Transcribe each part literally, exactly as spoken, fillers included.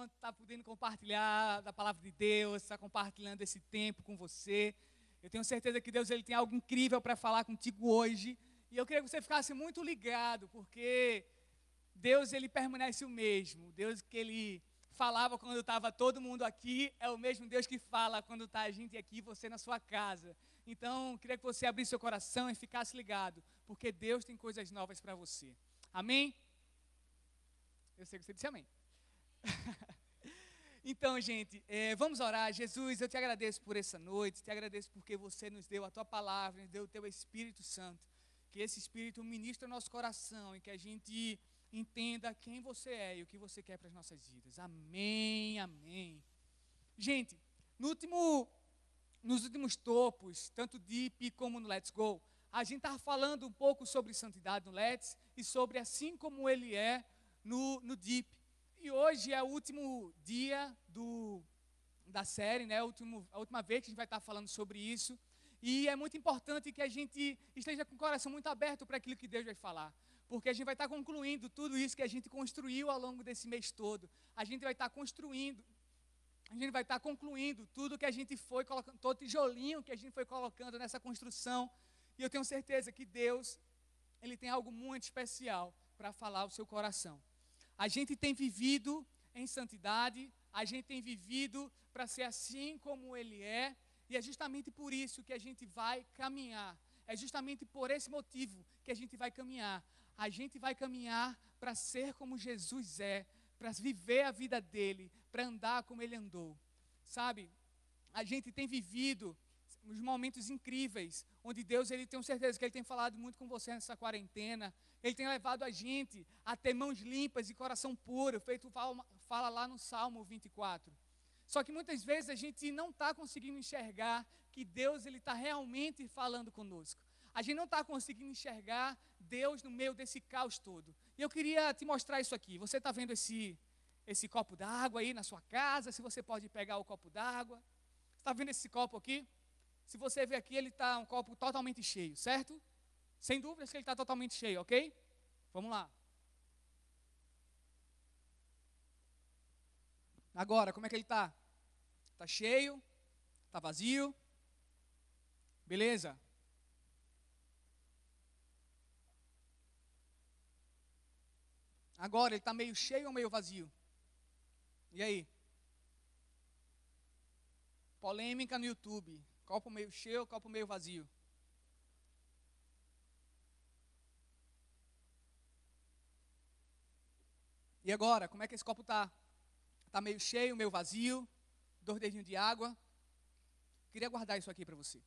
estar podendo compartilhar da palavra de Deus, estar compartilhando esse tempo com você. Eu tenho certeza que Deus ele tem algo incrível para falar contigo hoje. E eu queria que você ficasse muito ligado, porque Deus ele permanece o mesmo. Deus que ele falava quando estava todo mundo aqui, é o mesmo Deus que fala quando está a gente aqui, você na sua casa. Então, eu queria que você abrisse seu coração e ficasse ligado, porque Deus tem coisas novas para você. Amém? Eu sei que você disse amém. Então, gente, é, vamos orar. Jesus, eu te agradeço por essa noite, te agradeço porque você nos deu a tua palavra, nos deu o teu Espírito Santo. Que esse Espírito ministre o nosso coração e que a gente entenda quem você é e o que você quer para as nossas vidas. Amém, amém. Gente, no último, nos últimos topos, tanto Deep como no Let's Go, a gente estava falando um pouco sobre santidade no Let's e sobre assim como ele é no, no Deep. E hoje é o último dia do, da série, né? O último, a última vez que a gente vai estar falando sobre isso. E é muito importante que a gente esteja com o coração muito aberto para aquilo que Deus vai falar. Porque a gente vai estar concluindo tudo isso que a gente construiu ao longo desse mês todo. A gente vai estar construindo, a gente vai estar concluindo tudo que a gente foi colocando, todo tijolinho que a gente foi colocando nessa construção. E eu tenho certeza que Deus, Ele tem algo muito especial para falar ao seu coração. A gente tem vivido em santidade, a gente tem vivido para ser assim como Ele é. E é justamente por isso que a gente vai caminhar. É justamente por esse motivo que a gente vai caminhar. A gente vai caminhar para ser como Jesus é, para viver a vida dele, para andar como ele andou. Sabe, a gente tem vivido uns momentos incríveis, onde Deus, ele tem certeza que ele tem falado muito com você nessa quarentena. Ele tem levado a gente a ter mãos limpas e coração puro, feito fala lá no Salmo vinte e quatro. Só que muitas vezes a gente não está conseguindo enxergar que Deus ele está realmente falando conosco. A gente não está conseguindo enxergar Deus no meio desse caos todo. E eu queria te mostrar isso aqui. Você está vendo esse, esse copo d'água aí na sua casa? Se você pode pegar o copo d'água. Está vendo esse copo aqui? Se você ver aqui, ele está um copo totalmente cheio, certo? Sem dúvidas que ele está totalmente cheio, ok? Vamos lá. Agora, como é que ele está? Está cheio? Está vazio? Beleza? Agora, ele está meio cheio ou meio vazio? E aí? Polêmica no YouTube. Copo meio cheio ou copo meio vazio? E agora, como é que esse copo está? Está meio cheio, meio vazio? Dois dedinhos de água? Queria guardar isso aqui para você.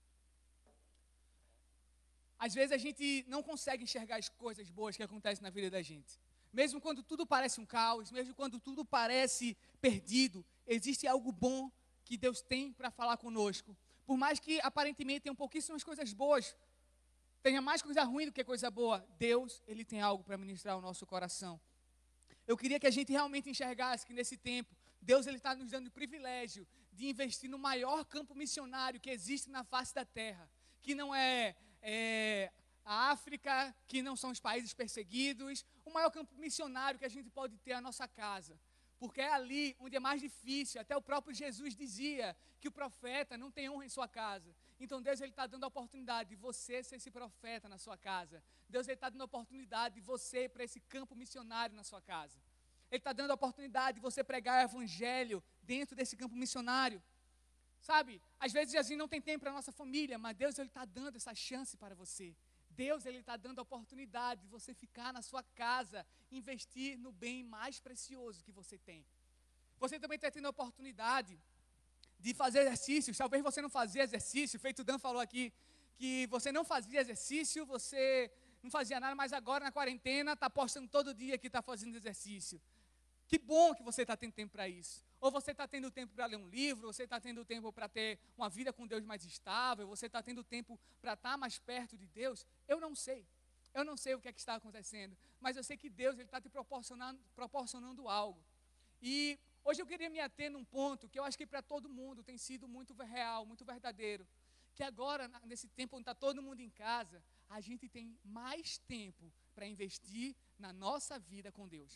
Às vezes a gente não consegue enxergar as coisas boas que acontecem na vida da gente. Mesmo quando tudo parece um caos, mesmo quando tudo parece perdido, existe algo bom que Deus tem para falar conosco. Por mais que aparentemente tenham pouquíssimas coisas boas, tenha mais coisa ruim do que coisa boa, Deus, Ele tem algo para ministrar ao nosso coração. Eu queria que a gente realmente enxergasse que nesse tempo, Deus ele está nos dando o privilégio de investir no maior campo missionário que existe na face da terra, que não é, é a África, que não são os países perseguidos, o maior campo missionário que a gente pode ter é a nossa casa, porque é ali onde é mais difícil. Até o próprio Jesus dizia que o profeta não tem honra em sua casa. Então Deus ele está dando a oportunidade de você ser esse profeta na sua casa. Deus ele está dando a oportunidade de você ir para esse campo missionário na sua casa. Ele está dando a oportunidade de você pregar o evangelho dentro desse campo missionário. Sabe, às vezes a gente não tem tempo para a nossa família, mas Deus ele está dando essa chance para você. Deus ele está dando a oportunidade de você ficar na sua casa, investir no bem mais precioso que você tem. Você também está tendo a oportunidade de fazer exercícios. Talvez você não fazia exercício, feito o Dan falou aqui, que você não fazia exercício, você não fazia nada, mas agora na quarentena está postando todo dia que está fazendo exercício. Que bom que você está tendo tempo para isso. Ou você está tendo tempo para ler um livro, você está tendo tempo para ter uma vida com Deus mais estável, você está tendo tempo para estar mais perto de Deus. Eu não sei. Eu não sei o que é que está acontecendo, mas eu sei que Deus ele está te proporcionando, proporcionando algo. E hoje eu queria me ater num ponto que eu acho que para todo mundo tem sido muito real, muito verdadeiro. Que agora, nesse tempo onde está todo mundo em casa, a gente tem mais tempo para investir na nossa vida com Deus.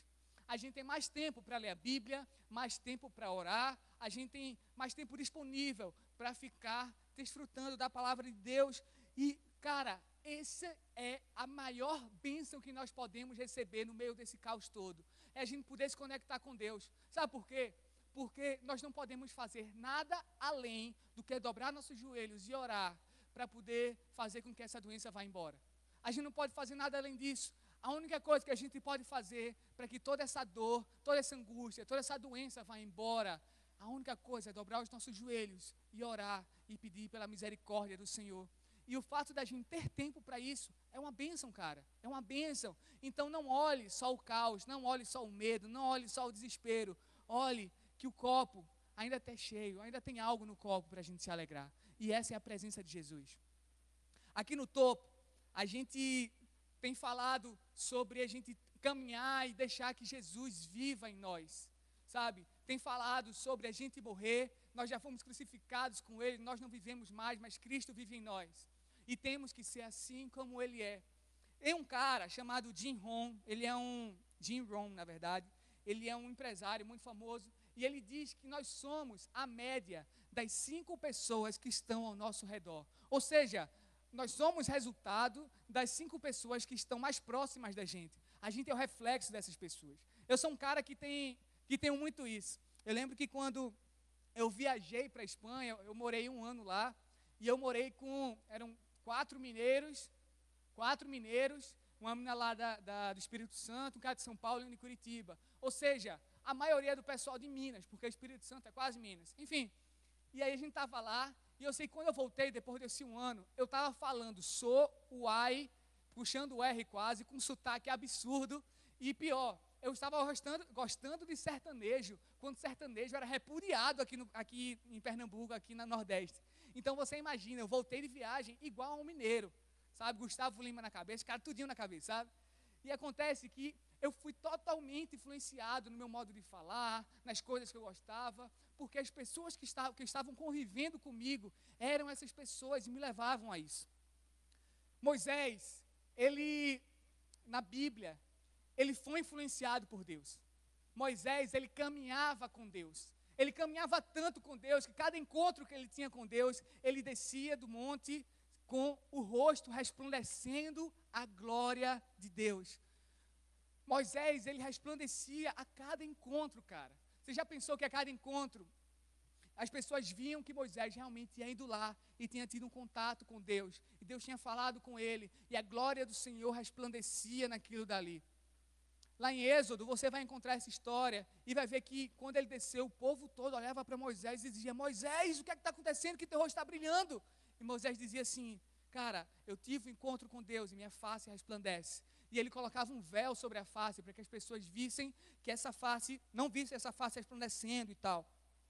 a gente tem mais tempo para ler a Bíblia, mais tempo para orar, a gente tem mais tempo disponível para ficar desfrutando da palavra de Deus. E, cara, essa é a maior bênção que nós podemos receber no meio desse caos todo. É a gente poder se conectar com Deus. Sabe por quê? Porque nós não podemos fazer nada além do que dobrar nossos joelhos e orar para poder fazer com que essa doença vá embora. A gente não pode fazer nada além disso. A única coisa que a gente pode fazer para que toda essa dor, toda essa angústia, toda essa doença vá embora, a única coisa é dobrar os nossos joelhos e orar e pedir pela misericórdia do Senhor. E o fato da gente ter tempo para isso é uma bênção, cara. É uma bênção. Então não olhe só o caos, não olhe só o medo, não olhe só o desespero. Olhe que o copo ainda está cheio, ainda tem algo no copo para a gente se alegrar. E essa é a presença de Jesus. Aqui no topo, a gente tem falado sobre a gente caminhar e deixar que Jesus viva em nós, sabe? Tem falado sobre a gente morrer, nós já fomos crucificados com Ele, nós não vivemos mais, mas Cristo vive em nós. E temos que ser assim como Ele é. Tem um cara chamado Jim Rohn, ele é um, Jim Rohn na verdade, ele é um empresário muito famoso, e ele diz que nós somos a média das cinco pessoas que estão ao nosso redor. Ou seja, nós somos resultado das cinco pessoas que estão mais próximas da gente. A gente é o reflexo dessas pessoas. Eu sou um cara que tem, que tenho muito isso. Eu lembro que quando eu viajei para a Espanha, eu morei um ano lá, e eu morei com, eram quatro mineiros, quatro mineiros, uma menina lá da, da, do Espírito Santo, um cara de São Paulo e um de Curitiba. Ou seja, a maioria do pessoal de Minas, porque o Espírito Santo é quase Minas. Enfim, e aí a gente estava lá, e eu sei que quando eu voltei, depois desse um ano, eu estava falando sou, uai, puxando o R quase, com um sotaque absurdo, e pior, eu estava gostando, gostando de sertanejo, quando sertanejo era repudiado aqui, no, aqui em Pernambuco, aqui na Nordeste. Então você imagina, eu voltei de viagem igual a um mineiro, sabe, Gustavo Lima na cabeça, cara tudinho na cabeça, sabe? E acontece que eu fui totalmente influenciado no meu modo de falar, nas coisas que eu gostava, porque as pessoas que estavam, que estavam convivendo comigo eram essas pessoas e me levavam a isso. Moisés, ele, na Bíblia, ele foi influenciado por Deus. Moisés, ele caminhava com Deus. Ele caminhava tanto com Deus que cada encontro que ele tinha com Deus, ele descia do monte com o rosto resplandecendo a glória de Deus. Moisés, ele resplandecia a cada encontro, cara. Você já pensou que a cada encontro, as pessoas viam que Moisés realmente tinha ido lá e tinha tido um contato com Deus. E Deus tinha falado com ele. E a glória do Senhor resplandecia naquilo dali. Lá em Êxodo, você vai encontrar essa história e vai ver que quando ele desceu, o povo todo olhava para Moisés e dizia: Moisés, o que é que está acontecendo? Que teu rosto está brilhando. E Moisés dizia assim: cara, eu tive um encontro com Deus e minha face resplandece. E ele colocava um véu sobre a face para que as pessoas vissem que essa face, não vissem essa face resplandecendo e tal.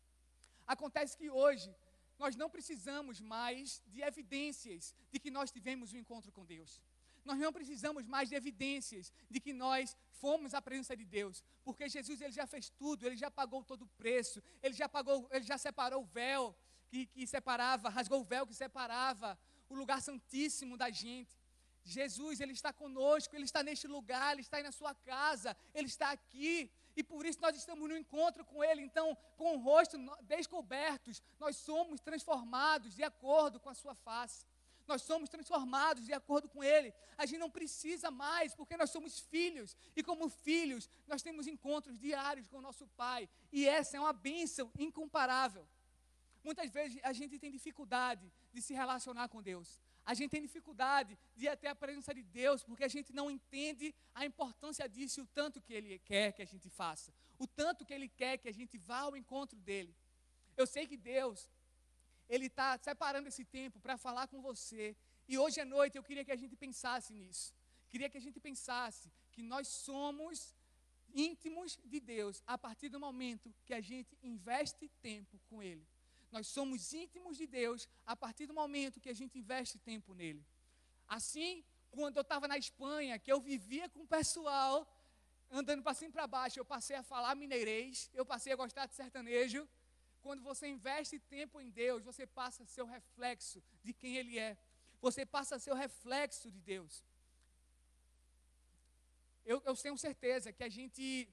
Acontece que hoje, nós não precisamos mais de evidências de que nós tivemos um encontro com Deus. Nós não precisamos mais de evidências de que nós fomos à presença de Deus, porque Jesus, ele já fez tudo, ele já pagou todo o preço, ele já pagou, ele já separou o véu que, que separava, rasgou o véu que separava o lugar santíssimo da gente. Jesus, ele está conosco, ele está neste lugar, ele está aí na sua casa, ele está aqui, e por isso nós estamos no encontro com ele. Então, com o rosto descobertos, nós somos transformados de acordo com a sua face. Nós somos transformados de acordo com Ele. A gente não precisa mais, porque nós somos filhos. E como filhos, nós temos encontros diários com o nosso Pai. E essa é uma bênção incomparável. Muitas vezes a gente tem dificuldade de se relacionar com Deus. A gente tem dificuldade de ir até a presença de Deus, porque a gente não entende a importância disso e o tanto que Ele quer que a gente faça. O tanto que Ele quer que a gente vá ao encontro dEle. Eu sei que Deus, Ele está separando esse tempo para falar com você. E hoje à noite eu queria que a gente pensasse nisso. Queria que a gente pensasse que nós somos íntimos de Deus a partir do momento que a gente investe tempo com Ele. Nós somos íntimos de Deus a partir do momento que a gente investe tempo nele. Assim, quando eu estava na Espanha, que eu vivia com o pessoal, andando para cima e para baixo, eu passei a falar mineirês, eu passei a gostar de sertanejo. Quando você investe tempo em Deus, você passa a ser o reflexo de quem Ele é. Você passa a ser o reflexo de Deus. Eu, eu tenho certeza que a gente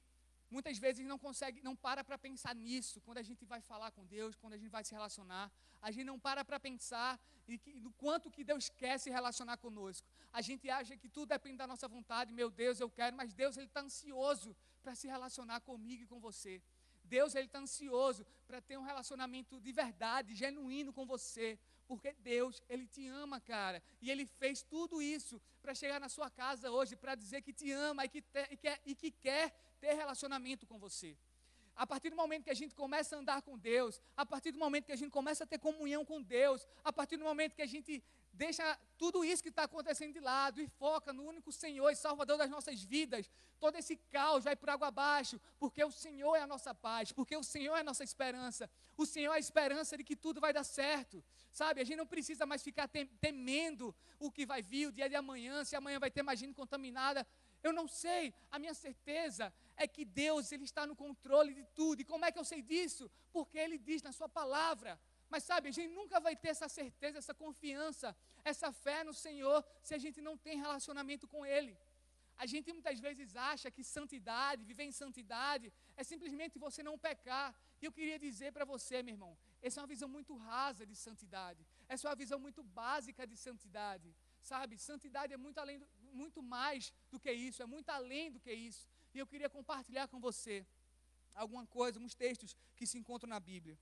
muitas vezes não consegue, não para para pensar nisso, quando a gente vai falar com Deus, quando a gente vai se relacionar, a gente não para para pensar e que, no quanto que Deus quer se relacionar conosco. A gente acha que tudo depende da nossa vontade, meu Deus, eu quero, mas Deus ele está ansioso para se relacionar comigo e com você. Deus ele está ansioso para ter um relacionamento de verdade, genuíno com você, porque Deus ele te ama, cara, e Ele fez tudo isso para chegar na sua casa hoje, para dizer que te ama e que, te, e, quer, e que quer ter relacionamento com você. A partir do momento que a gente começa a andar com Deus, a partir do momento que a gente começa a ter comunhão com Deus, a partir do momento que a gente deixa tudo isso que está acontecendo de lado e foca no único Senhor e Salvador das nossas vidas, todo esse caos vai por água abaixo, porque o Senhor é a nossa paz, porque o Senhor é a nossa esperança, o Senhor é a esperança de que tudo vai dar certo, sabe? A gente não precisa mais ficar temendo o que vai vir, o dia de amanhã, se amanhã vai ter mais gente contaminada. Eu não sei, a minha certeza é que Deus ele está no controle de tudo. E como é que eu sei disso? Porque Ele diz na sua palavra. Mas sabe, a gente nunca vai ter essa certeza, essa confiança, essa fé no Senhor, se a gente não tem relacionamento com Ele. A gente muitas vezes acha que santidade, viver em santidade, é simplesmente você não pecar. E eu queria dizer para você, meu irmão, essa é uma visão muito rasa de santidade. Essa é uma visão muito básica de santidade. Sabe, santidade é muito, além do, muito mais do que isso, é muito além do que isso. E eu queria compartilhar com você alguma coisa, alguns textos que se encontram na Bíblia.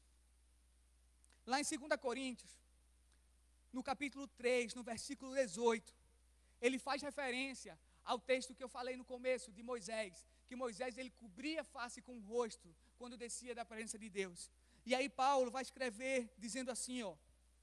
Lá em dois Coríntios, no capítulo três, no versículo dezoito, ele faz referência ao texto que eu falei no começo, de Moisés, que Moisés ele cobria a face com o rosto, quando descia da presença de Deus. E aí Paulo vai escrever, dizendo assim, ó,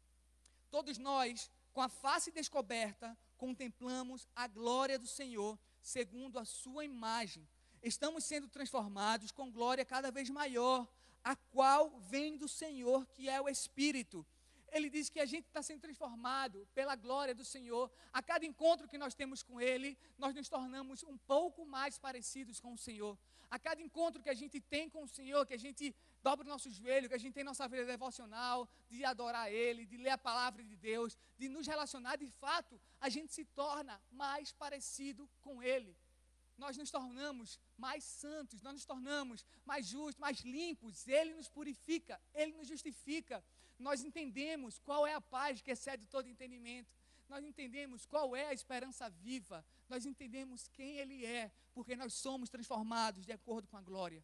todos nós, com a face descoberta, contemplamos a glória do Senhor, segundo a sua imagem. Estamos sendo transformados com glória cada vez maior, a qual vem do Senhor, que é o Espírito. Ele diz que a gente está sendo transformado pela glória do Senhor. A cada encontro que nós temos com Ele, nós nos tornamos um pouco mais parecidos com o Senhor. A cada encontro que a gente tem com o Senhor, que a gente dobra o nosso joelho, que a gente tem nossa vida devocional, de adorar Ele, de ler a palavra de Deus, de nos relacionar, de fato, a gente se torna mais parecido com Ele. Nós nos tornamos mais santos, nós nos tornamos mais justos, mais limpos. Ele nos purifica, Ele nos justifica. Nós entendemos qual é a paz que excede todo entendimento. Nós entendemos qual é a esperança viva. Nós entendemos quem Ele é, porque nós somos transformados de acordo com a glória.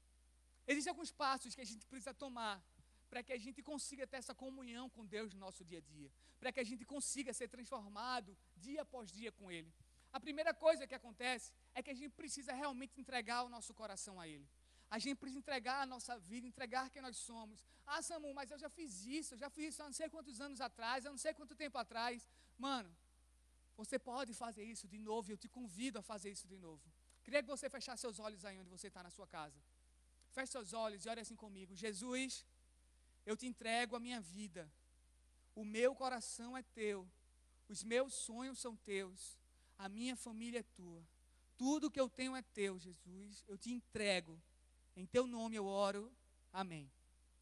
Existem alguns passos que a gente precisa tomar para que a gente consiga ter essa comunhão com Deus no nosso dia a dia, para que a gente consiga ser transformado dia após dia com Ele. A primeira coisa que acontece é que a gente precisa realmente entregar o nosso coração a Ele. A gente precisa entregar a nossa vida, entregar quem nós somos. Ah, Samu, mas eu já fiz isso, eu já fiz isso há não sei quantos anos atrás, há não sei quanto tempo atrás. Mano, você pode fazer isso de novo e eu te convido a fazer isso de novo. Queria que você fechasse seus olhos aí onde você está na sua casa. Feche seus olhos e ore assim comigo. Jesus, eu te entrego a minha vida. O meu coração é teu. Os meus sonhos são teus. A minha família é tua. Tudo que eu tenho é teu, Jesus. Eu te entrego. Em teu nome eu oro. Amém.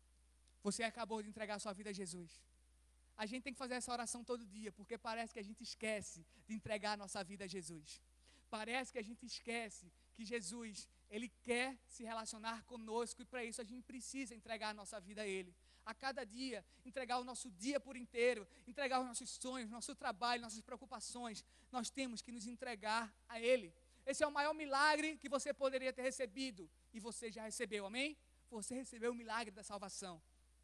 Você acabou de entregar a sua vida a Jesus. A gente tem que fazer essa oração todo dia, porque parece que a gente esquece de entregar a nossa vida a Jesus. Parece que a gente esquece que Jesus, Ele quer se relacionar conosco e para isso a gente precisa entregar a nossa vida a Ele. A cada dia, entregar o nosso dia por inteiro, entregar os nossos sonhos, nosso trabalho, nossas preocupações. Nós temos que nos entregar a Ele. Esse é o maior milagre que você poderia ter recebido e você já recebeu, amém? Você recebeu o milagre da salvação.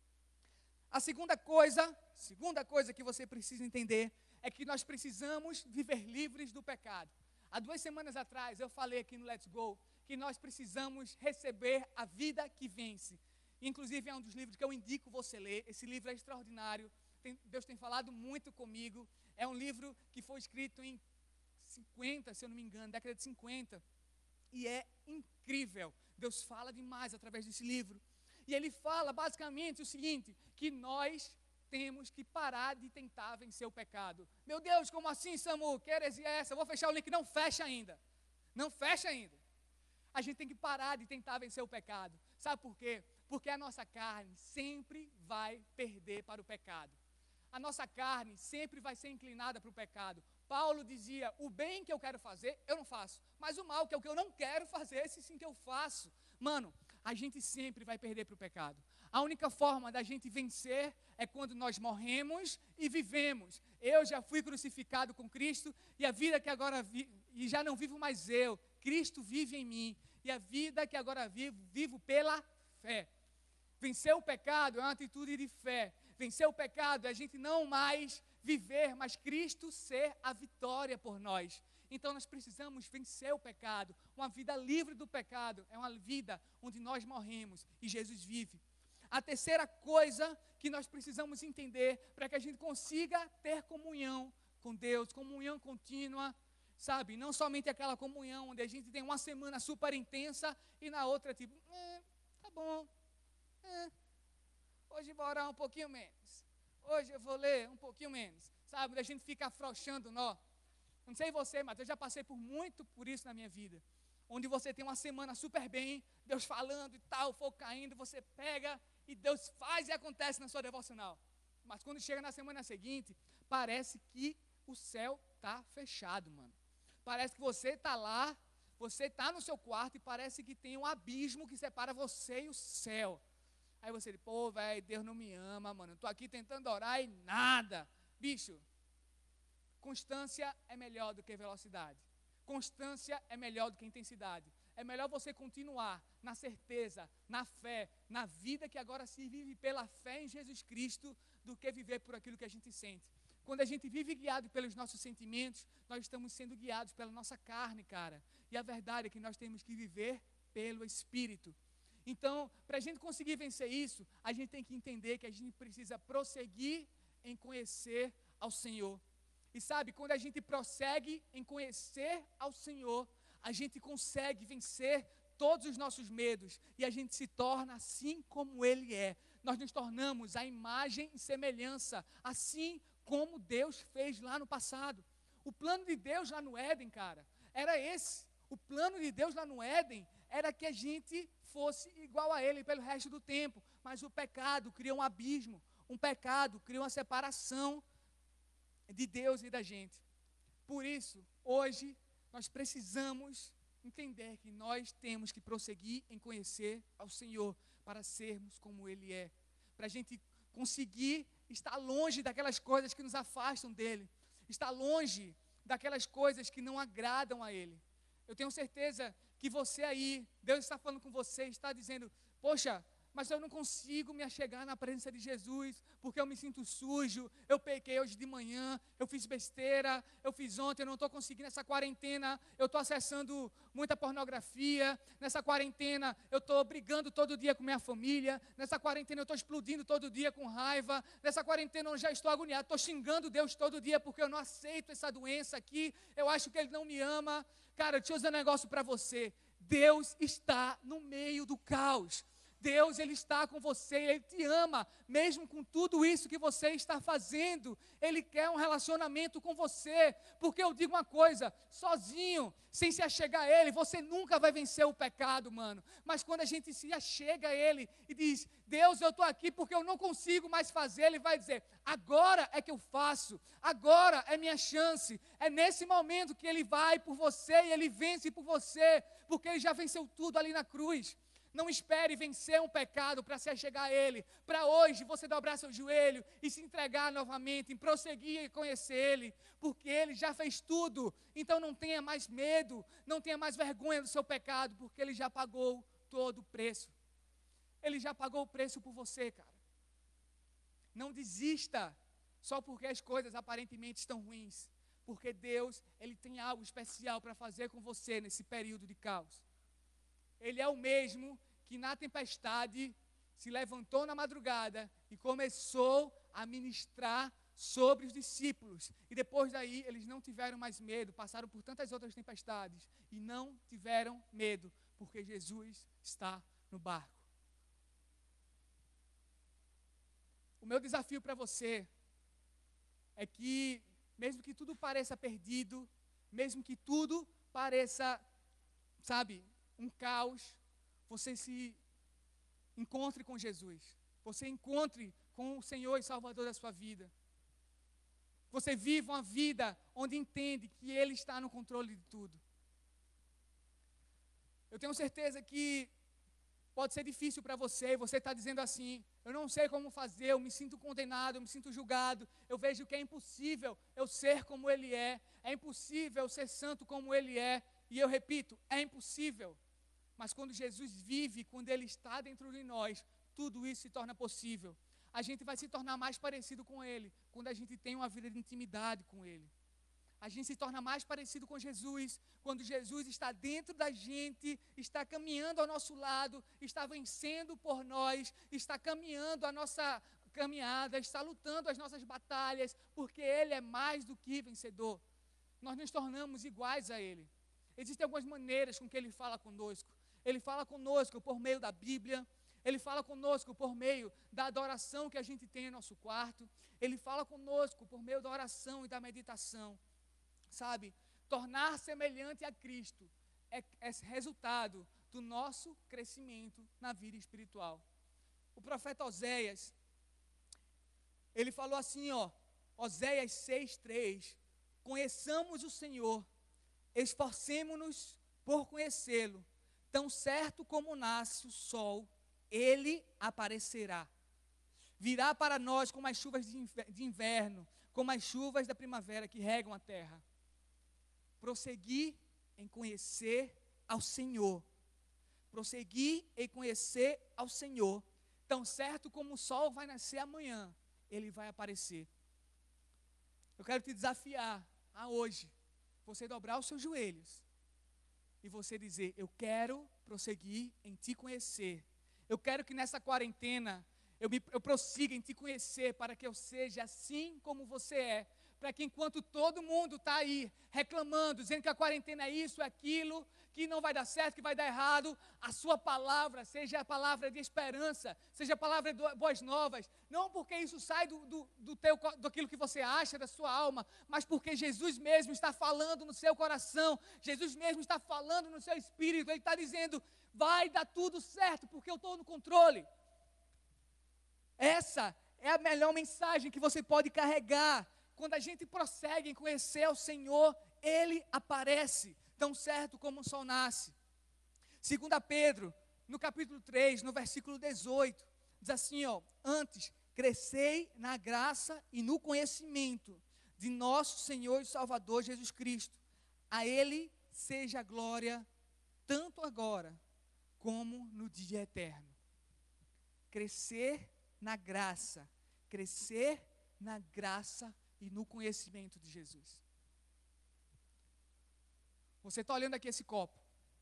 A segunda coisa, segunda coisa que você precisa entender é que nós precisamos viver livres do pecado. Há duas semanas atrás eu falei aqui no Let's Go que nós precisamos receber a vida que vence. Inclusive é um dos livros que eu indico você ler. Esse livro é extraordinário. Tem, Deus tem falado muito comigo. É um livro que foi escrito em cinquenta, se eu não me engano, década de cinquenta. E é incrível. Deus fala demais através desse livro. E ele fala basicamente o seguinte, que nós temos que parar de tentar vencer o pecado. Meu Deus, como assim, Samu? Que heresia é essa? Eu vou fechar o link. Não fecha ainda. Não fecha ainda. A gente tem que parar de tentar vencer o pecado. Sabe por quê? Porque a nossa carne sempre vai perder para o pecado. A nossa carne sempre vai ser inclinada para o pecado. Paulo dizia, o bem que eu quero fazer, eu não faço. Mas o mal, que é o que eu não quero fazer, esse sim que eu faço. Mano, a gente sempre vai perder para o pecado. A única forma da gente vencer é quando nós morremos e vivemos. Eu já fui crucificado com Cristo e a vida que agora vivo, e já não vivo mais eu, Cristo vive em mim. E a vida que agora vivo, vivo pela fé. Vencer o pecado é uma atitude de fé. Vencer o pecado é a gente não mais viver, mas Cristo ser a vitória por nós. Então nós precisamos vencer o pecado. Uma vida livre do pecado é uma vida onde nós morremos e Jesus vive. A terceira coisa que nós precisamos entender para que a gente consiga ter comunhão com Deus, comunhão contínua, sabe? Não somente aquela comunhão onde a gente tem uma semana super intensa e na outra tipo, eh, tá bom, eh, hoje vou orar um pouquinho menos, hoje eu vou ler um pouquinho menos, sabe? A gente fica afrouxando nó. Não sei você, mas eu já passei por muito por isso na minha vida. Onde você tem uma semana super bem, Deus falando e tal, o fogo caindo, você pega e Deus faz e acontece na sua devocional. Mas quando chega na semana seguinte, parece que o céu está fechado, mano. Parece que você está lá, você está no seu quarto e parece que tem um abismo que separa você e o céu. Aí você diz, pô, velho, Deus não me ama, mano. Eu estou aqui tentando orar e nada. Bicho, constância é melhor do que velocidade. Constância é melhor do que intensidade. É melhor você continuar na certeza, na fé, na vida que agora se vive pela fé em Jesus Cristo, do que viver por aquilo que a gente sente. Quando a gente vive guiado pelos nossos sentimentos, nós estamos sendo guiados pela nossa carne, cara. E a verdade é que nós temos que viver pelo Espírito. Então, para a gente conseguir vencer isso, a gente tem que entender que a gente precisa prosseguir em conhecer ao Senhor. E sabe, quando a gente prossegue em conhecer ao Senhor, a gente consegue vencer todos os nossos medos e a gente se torna assim como Ele é. Nós nos tornamos a imagem e semelhança, assim como Deus fez lá no passado. O plano de Deus lá no Éden, cara, era esse. O plano de Deus lá no Éden era que a gente fosse igual a Ele pelo resto do tempo. Mas o pecado criou um abismo, um pecado criou uma separação de Deus e da gente. Por isso, hoje, nós precisamos entender que nós temos que prosseguir em conhecer ao Senhor para sermos como Ele é. Para a gente conseguir estar longe daquelas coisas que nos afastam dEle. Estar longe daquelas coisas que não agradam a Ele. Eu tenho certeza que você aí, Deus está falando com você, está dizendo, poxa, mas eu não consigo me achegar na presença de Jesus, porque eu me sinto sujo, eu pequei hoje de manhã, eu fiz besteira, eu fiz ontem, eu não estou conseguindo nessa quarentena, eu estou acessando muita pornografia, nessa quarentena eu estou brigando todo dia com minha família, nessa quarentena eu estou explodindo todo dia com raiva, nessa quarentena eu já estou agoniado, estou xingando Deus todo dia, porque eu não aceito essa doença aqui, eu acho que Ele não me ama. Cara, deixa eu dizer um negócio para você, Deus está no meio do caos. Deus, Ele está com você, Ele te ama, mesmo com tudo isso que você está fazendo, Ele quer um relacionamento com você, porque eu digo uma coisa, sozinho, sem se achegar a Ele, você nunca vai vencer o pecado, mano, mas quando a gente se achega a Ele e diz, Deus, eu estou aqui porque eu não consigo mais fazer, Ele vai dizer, agora é que eu faço, agora é minha chance, é nesse momento que Ele vai por você e Ele vence por você, porque Ele já venceu tudo ali na cruz. Não espere vencer um pecado para se achegar a Ele. Para hoje você dobrar seu joelho e se entregar novamente, em prosseguir e conhecer Ele, porque Ele já fez tudo. Então não tenha mais medo, não tenha mais vergonha do seu pecado, porque Ele já pagou todo o preço. Ele já pagou o preço por você, cara. Não desista só porque as coisas aparentemente estão ruins, porque Deus, Ele tem algo especial para fazer com você nesse período de caos. Ele é o mesmo que na tempestade se levantou na madrugada e começou a ministrar sobre os discípulos. E depois daí eles não tiveram mais medo, passaram por tantas outras tempestades e não tiveram medo, porque Jesus está no barco. O meu desafio para você é que, mesmo que tudo pareça perdido, mesmo que tudo pareça, sabe, um caos, você se encontre com Jesus, você encontre com o Senhor e Salvador da sua vida, Você vive uma vida onde entende que Ele está no controle de tudo. Eu tenho certeza que pode ser difícil para você, você está dizendo assim, eu não sei como fazer, eu me sinto condenado, eu me sinto julgado, eu vejo que é impossível eu ser como Ele é, é impossível eu ser santo como Ele é, e eu repito, é impossível. Mas quando Jesus vive, quando Ele está dentro de nós, tudo isso se torna possível. A gente vai se tornar mais parecido com Ele, quando a gente tem uma vida de intimidade com Ele. A gente se torna mais parecido com Jesus, quando Jesus está dentro da gente, está caminhando ao nosso lado, está vencendo por nós, está caminhando a nossa caminhada, está lutando as nossas batalhas, porque Ele é mais do que vencedor. Nós nos tornamos iguais a Ele. Existem algumas maneiras com que Ele fala conosco. Ele fala conosco por meio da Bíblia, Ele fala conosco por meio da adoração que a gente tem em nosso quarto, Ele fala conosco por meio da oração e da meditação. Sabe, tornar semelhante a Cristo é, é resultado do nosso crescimento na vida espiritual. O profeta Oséias, ele falou assim, ó, Oséias seis, três, conheçamos o Senhor, esforcemo-nos por conhecê-lo, tão certo como nasce o sol, ele aparecerá. Virá para nós como as chuvas de inverno, como as chuvas da primavera que regam a terra. Prosseguir em conhecer ao Senhor. Prosseguir em conhecer ao Senhor. Tão certo como o sol vai nascer amanhã, ele vai aparecer. Eu quero te desafiar a hoje, você dobrar os seus joelhos e você dizer, eu quero prosseguir em te conhecer. Eu quero que nessa quarentena eu, me, eu prossiga em te conhecer para que eu seja assim como você é. Para que enquanto todo mundo está aí reclamando, dizendo que a quarentena é isso, é aquilo, que não vai dar certo, que vai dar errado, a sua palavra seja a palavra de esperança, seja a palavra de boas novas, não porque isso sai do, do, do teu, daquilo que você acha, da sua alma, mas porque Jesus mesmo está falando no seu coração, Jesus mesmo está falando no seu espírito, Ele está dizendo, vai dar tudo certo, porque eu estou no controle. Essa é a melhor mensagem que você pode carregar. Quando a gente prossegue em conhecer ao Senhor, Ele aparece, tão certo como o sol nasce. Segunda Pedro, no capítulo três, no versículo dezoito, diz assim, ó, antes, crescei na graça e no conhecimento de nosso Senhor e Salvador Jesus Cristo. A Ele seja a glória, tanto agora, como no dia eterno. Crescer na graça, crescer na graça e no conhecimento de Jesus. Você está olhando aqui esse copo.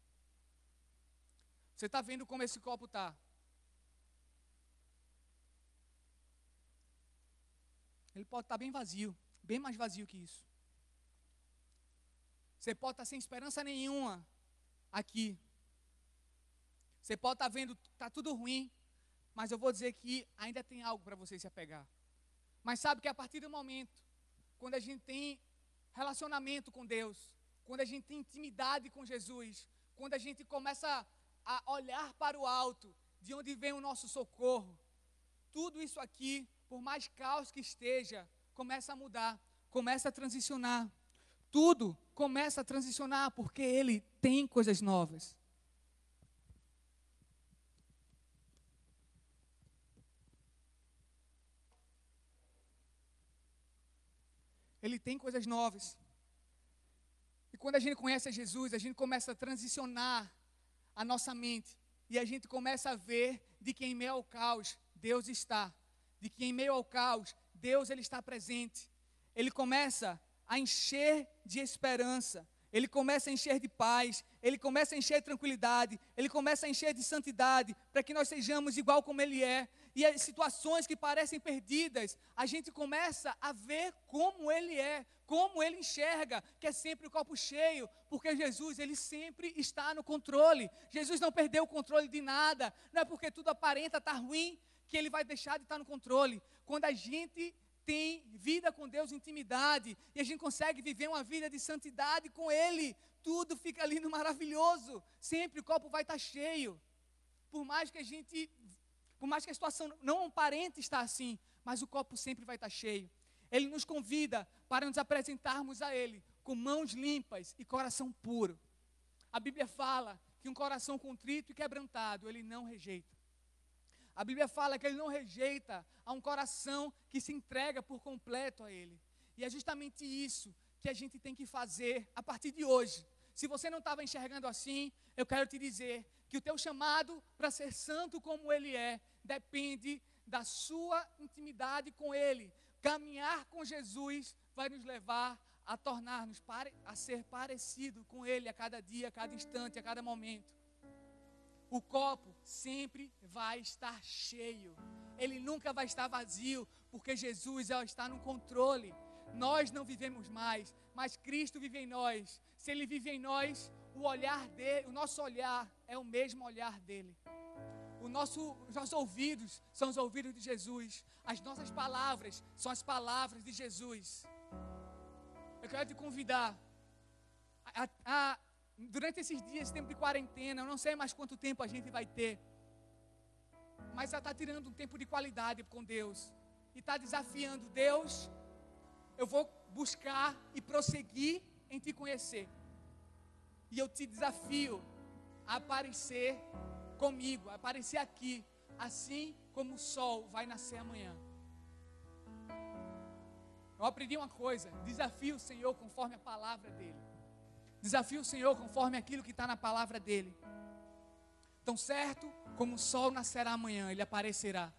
Você está vendo como esse copo está. Ele pode estar bem vazio, bem mais vazio que isso. Você pode estar sem esperança nenhuma aqui. Você pode estar vendo, está tudo ruim, mas eu vou dizer que ainda tem algo para você se apegar. Mas sabe que a partir do momento, quando a gente tem relacionamento com Deus, quando a gente tem intimidade com Jesus, quando a gente começa a olhar para o alto, de onde vem o nosso socorro, tudo isso aqui, por mais caos que esteja, começa a mudar, começa a transicionar. Tudo começa a transicionar, porque Ele tem coisas novas. Ele tem coisas novas. E quando a gente conhece Jesus, a gente começa a transicionar a nossa mente. E a gente começa a ver de que em meio ao caos, Deus está. De que em meio ao caos, Deus ele está presente. Ele começa a encher de esperança. Ele começa a encher de paz. Ele começa a encher de tranquilidade. Ele começa a encher de santidade. Para que nós sejamos igual como Ele é. E as situações que parecem perdidas, a gente começa a ver como Ele é, como Ele enxerga, que é sempre o copo cheio, porque Jesus, Ele sempre está no controle. Jesus não perdeu o controle de nada, não é porque tudo aparenta estar ruim, que Ele vai deixar de estar no controle. Quando a gente tem vida com Deus, intimidade, e a gente consegue viver uma vida de santidade com Ele, tudo fica lindo, maravilhoso, sempre o copo vai estar cheio, por mais que a gente... Por mais que a situação não aparente estar assim, mas o copo sempre vai estar cheio. Ele nos convida para nos apresentarmos a Ele com mãos limpas e coração puro. A Bíblia fala que um coração contrito e quebrantado, Ele não rejeita. A Bíblia fala que Ele não rejeita a um coração que se entrega por completo a Ele. E é justamente isso que a gente tem que fazer a partir de hoje. Se você não estava enxergando assim, eu quero te dizer que o teu chamado para ser santo como Ele é, depende da sua intimidade com Ele. Caminhar com Jesus vai nos levar a tornar-nos, pare, a ser parecido com Ele a cada dia, a cada instante, a cada momento. O copo sempre vai estar cheio. Ele nunca vai estar vazio, porque Jesus está no controle. Nós não vivemos mais, mas Cristo vive em nós. Se Ele vive em nós, o olhar dele, o nosso olhar é o mesmo olhar dele. O nosso, os nossos ouvidos são os ouvidos de Jesus. As nossas palavras são as palavras de Jesus. Eu quero te convidar a, a, durante esses dias, esse tempo de quarentena, eu não sei mais quanto tempo a gente vai ter, mas ela está tirando um tempo de qualidade com Deus e está desafiando Deus. Eu vou buscar e prosseguir em te conhecer, e eu te desafio a aparecer comigo, a aparecer aqui, assim como o sol vai nascer amanhã. Eu aprendi uma coisa: desafio o Senhor conforme a palavra dEle. Desafio o Senhor conforme aquilo que está na palavra dEle. Tão certo como o sol nascerá amanhã, Ele aparecerá.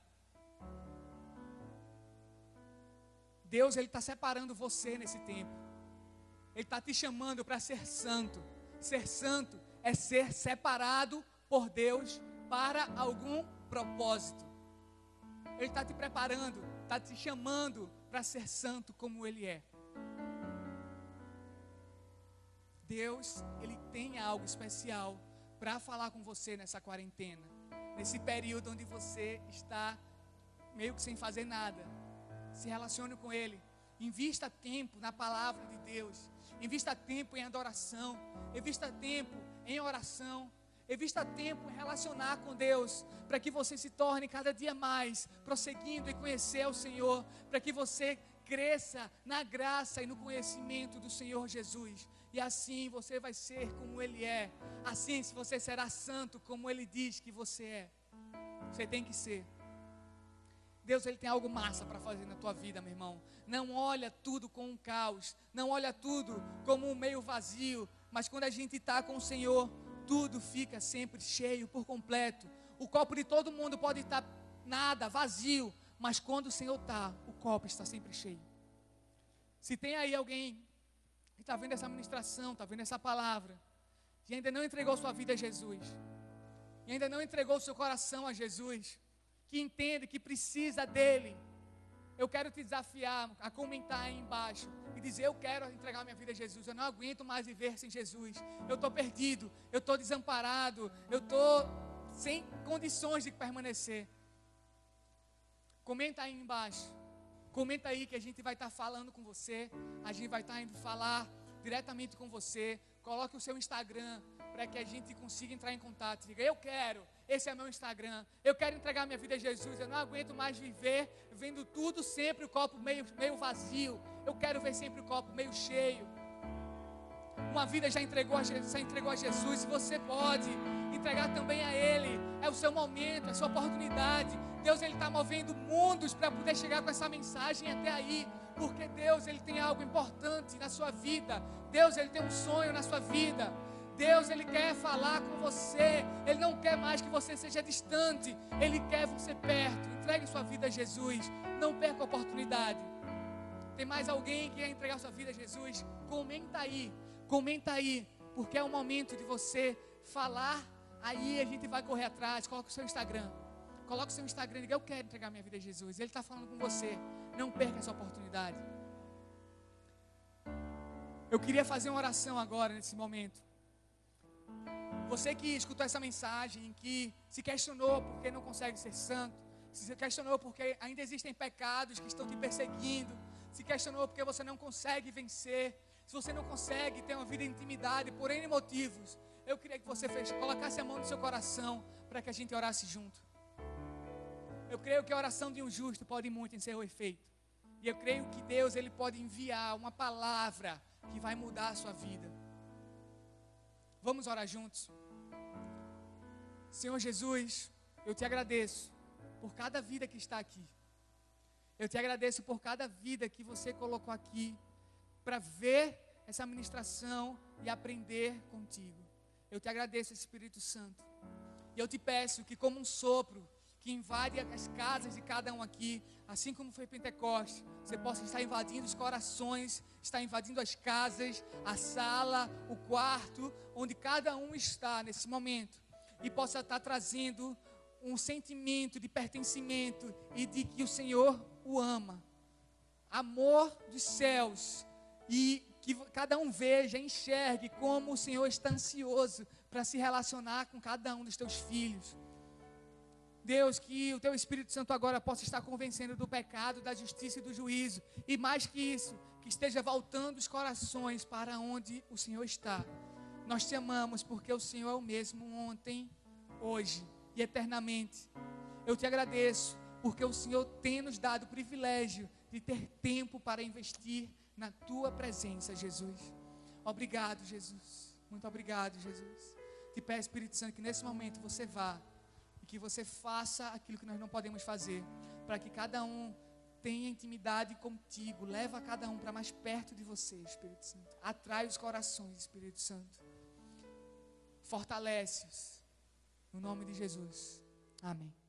Deus, Ele está separando você nesse tempo. Ele está te chamando para ser santo. Ser santo é ser separado por Deus para algum propósito. Ele está te preparando, está te chamando para ser santo como Ele é. Deus, Ele tem algo especial para falar com você nessa quarentena, nesse período onde você está meio que sem fazer nada. Se relacione com Ele, invista tempo na palavra de Deus, invista tempo em adoração, invista tempo em oração, invista tempo em relacionar com Deus, para que você se torne cada dia mais prosseguindo em conhecer o Senhor, para que você cresça na graça e no conhecimento do Senhor Jesus, e assim você vai ser como Ele é. Assim você será santo como Ele diz que você é. Você tem que ser. Deus, Ele tem algo massa para fazer na tua vida, meu irmão. Não olha tudo com um caos, não olha tudo como um meio vazio, mas quando a gente está com o Senhor, tudo fica sempre cheio por completo. O copo de todo mundo pode estar nada, vazio, mas quando o Senhor está, o copo está sempre cheio. Se tem aí alguém que está vendo essa ministração, está vendo essa palavra, e ainda não entregou sua vida a Jesus, e ainda não entregou seu coração a Jesus, que entende que precisa dele, eu quero te desafiar a comentar aí embaixo e dizer: eu quero entregar minha vida a Jesus, eu não aguento mais viver sem Jesus, eu estou perdido, eu estou desamparado, eu estou sem condições de permanecer. Comenta aí embaixo, comenta aí que a gente vai estar falando com você, a gente vai estar indo falar diretamente com você. Coloque o seu Instagram para que a gente consiga entrar em contato. Diga: eu quero, esse é meu Instagram, eu quero entregar minha vida a Jesus, eu não aguento mais viver vendo tudo sempre o copo meio, meio vazio, eu quero ver sempre o copo meio cheio. Uma vida já entregou, a Jesus, já entregou a Jesus, e você pode entregar também a Ele. É o seu momento, é a sua oportunidade. Deus, Ele está movendo mundos para poder chegar com essa mensagem até aí, porque Deus, Ele tem algo importante na sua vida. Deus, Ele tem um sonho na sua vida. Deus, Ele quer falar com você. Ele não quer mais que você seja distante, Ele quer você perto. Entregue sua vida a Jesus, não perca a oportunidade. Tem mais alguém que quer entregar sua vida a Jesus? Comenta aí, comenta aí, porque é o momento de você falar. Aí a gente vai correr atrás. Coloca o seu Instagram, coloca o seu Instagram e diga: eu quero entregar minha vida a Jesus. Ele está falando com você, não perca essa oportunidade. Eu queria fazer uma oração agora, nesse momento. Você que escutou essa mensagem, que se questionou porque não consegue ser santo, se questionou porque ainda existem pecados que estão te perseguindo, se questionou porque você não consegue vencer, se você não consegue ter uma vida de intimidade por N motivos, eu queria que você fez, colocasse a mão no seu coração para que a gente orasse junto. Eu creio que a oração de um justo pode muito em seu efeito. E eu creio que Deus, Ele pode enviar uma palavra que vai mudar a sua vida. Vamos orar juntos? Senhor Jesus, eu te agradeço por cada vida que está aqui. Eu te agradeço por cada vida que você colocou aqui para ver essa ministração e aprender contigo. Eu te agradeço, Espírito Santo. E eu te peço que, como um sopro que invade as casas de cada um aqui, assim como foi Pentecostes, você possa estar invadindo os corações, estar invadindo as casas, a sala, o quarto, onde cada um está nesse momento, e possa estar trazendo um sentimento de pertencimento e de que o Senhor o ama. Amor dos céus, e que cada um veja, enxergue como o Senhor está ansioso para se relacionar com cada um dos teus filhos. Deus, que o teu Espírito Santo agora possa estar convencendo do pecado, da justiça e do juízo. E mais que isso, que esteja voltando os corações para onde o Senhor está. Nós te amamos porque o Senhor é o mesmo ontem, hoje e eternamente. Eu te agradeço porque o Senhor tem nos dado o privilégio de ter tempo para investir na tua presença, Jesus. Obrigado, Jesus. Muito obrigado, Jesus. Te peço, Espírito Santo, que nesse momento você vá e que você faça aquilo que nós não podemos fazer, para que cada um tenha intimidade contigo. Leva cada um para mais perto de você, Espírito Santo. Atrai os corações, Espírito Santo. Fortalece-os. No nome de Jesus. Amém.